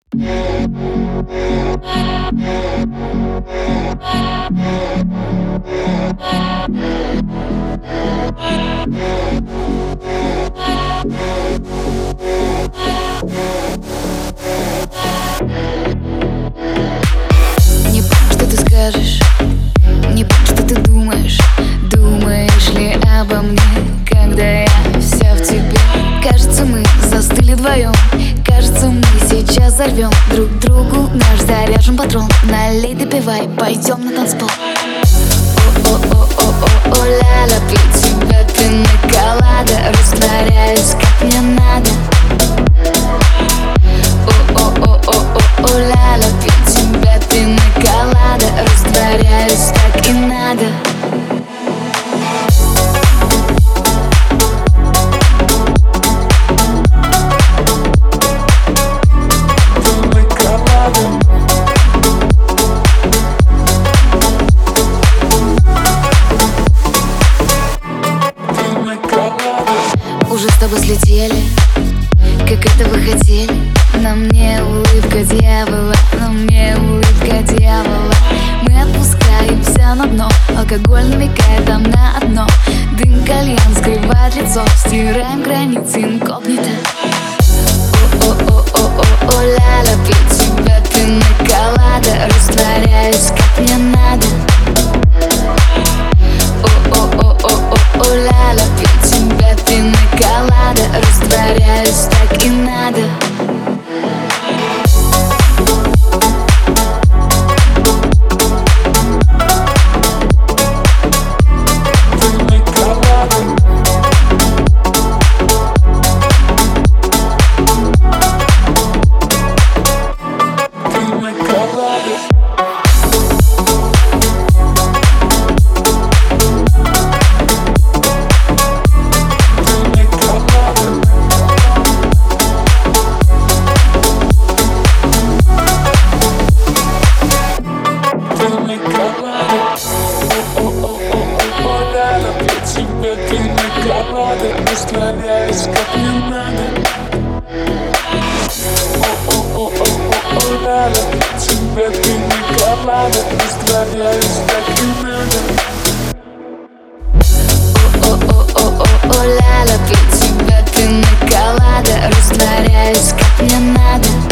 Не помню, что ты скажешь, не помню, что ты думаешь. Думаешь ли обо мне, когда я вся в тебе? Кажется, мы застыли вдвоем. Кажется, мы сейчас взорвем друг другу наш заряжен патрон. Налей, допивай, пойдем на танцпол. О-о-о-о-о, ля-ля, пью тебя пина-колада, растворяюсь, как мне надо. О-о-о-о-о, ля-ля, пью тебя пина-колада, растворяюсь, так и надо. Уже с тобой слетели, как этого хотели. На мне улыбка дьявола, на мне улыбка дьявола. Мы опускаемся на дно, алкоголь намекает нам на одно. Дым кальян скрывает лицо, стираем границы инкогнито. О-о-о-о-о, ля-ля, пью тебя пина-колада, растворяюсь, как мне надо. О-о-о-о-о, ля-ля, пью тебя пина-колада, растворяюсь, так и надо. Растворяюсь, как мне надо. О-о-о-о-о, ля-ля, тебя пина-колада, растворяюсь, как и надо. О-о-о-о-о, ля-ля, пью тебя пина-колада, растворяюсь, как мне надо.